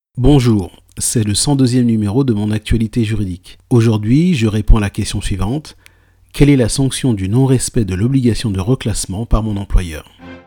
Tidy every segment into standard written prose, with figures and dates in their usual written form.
Bonjour, c'est le 102e numéro de mon actualité juridique. Aujourd'hui, je réponds à la question suivante. Quelle est la sanction du non-respect de l'obligation de reclassement par mon employeur ?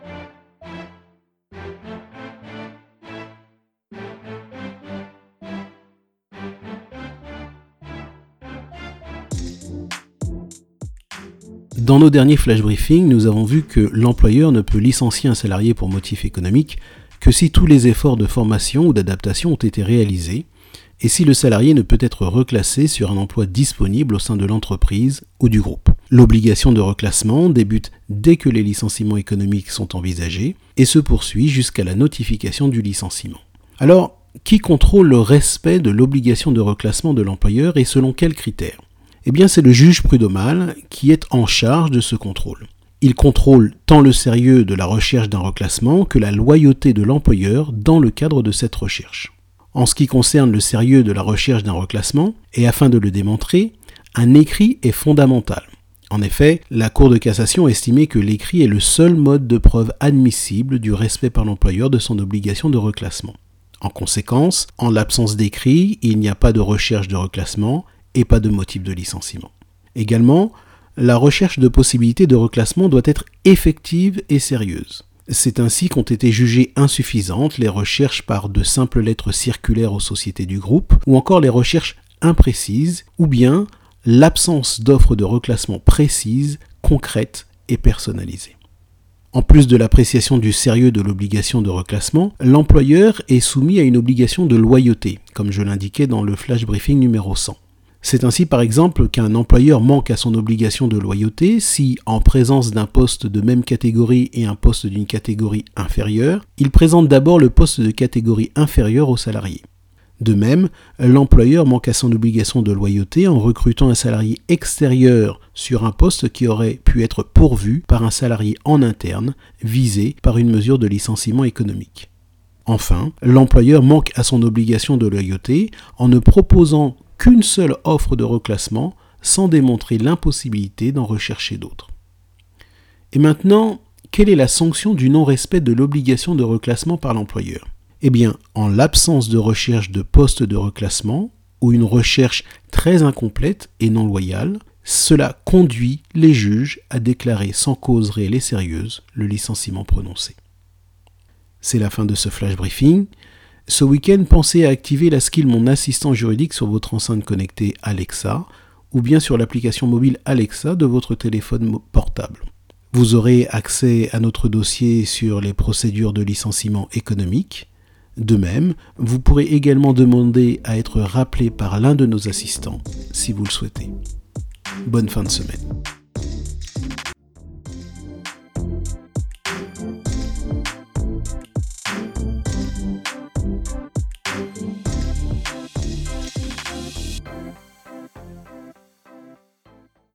Dans nos derniers flash briefings, nous avons vu que l'employeur ne peut licencier un salarié pour motif économique que si tous les efforts de formation ou d'adaptation ont été réalisés et si le salarié ne peut être reclassé sur un emploi disponible au sein de l'entreprise ou du groupe. L'obligation de reclassement débute dès que les licenciements économiques sont envisagés et se poursuit jusqu'à la notification du licenciement. Alors, qui contrôle le respect de l'obligation de reclassement de l'employeur et selon quels critères ? Eh bien, c'est le juge prud'homal qui est en charge de ce contrôle. Il contrôle tant le sérieux de la recherche d'un reclassement que la loyauté de l'employeur dans le cadre de cette recherche. En ce qui concerne le sérieux de la recherche d'un reclassement, et afin de le démontrer, un écrit est fondamental. En effet, la Cour de cassation a estimé que l'écrit est le seul mode de preuve admissible du respect par l'employeur de son obligation de reclassement. En conséquence, en l'absence d'écrit, il n'y a pas de recherche de reclassement et pas de motif de licenciement. Également, la recherche de possibilités de reclassement doit être effective et sérieuse. C'est ainsi qu'ont été jugées insuffisantes les recherches par de simples lettres circulaires aux sociétés du groupe, ou encore les recherches imprécises, ou bien l'absence d'offres de reclassement précises, concrètes et personnalisées. En plus de l'appréciation du sérieux de l'obligation de reclassement, l'employeur est soumis à une obligation de loyauté, comme je l'indiquais dans le flash briefing numéro 100. C'est ainsi par exemple qu'un employeur manque à son obligation de loyauté si, en présence d'un poste de même catégorie et un poste d'une catégorie inférieure, il présente d'abord le poste de catégorie inférieure au salarié. De même, l'employeur manque à son obligation de loyauté en recrutant un salarié extérieur sur un poste qui aurait pu être pourvu par un salarié en interne visé par une mesure de licenciement économique. Enfin, l'employeur manque à son obligation de loyauté en ne proposant qu'une seule offre de reclassement sans démontrer l'impossibilité d'en rechercher d'autres. Et maintenant, quelle est la sanction du non-respect de l'obligation de reclassement par l'employeur ? Eh bien, en l'absence de recherche de poste de reclassement ou une recherche très incomplète et non loyale, cela conduit les juges à déclarer sans cause réelle et sérieuse le licenciement prononcé. C'est la fin de ce flash briefing. Ce week-end, pensez à activer la skill Mon assistant juridique sur votre enceinte connectée Alexa ou bien sur l'application mobile Alexa de votre téléphone portable. Vous aurez accès à notre dossier sur les procédures de licenciement économique. De même, vous pourrez également demander à être rappelé par l'un de nos assistants si vous le souhaitez. Bonne fin de semaine.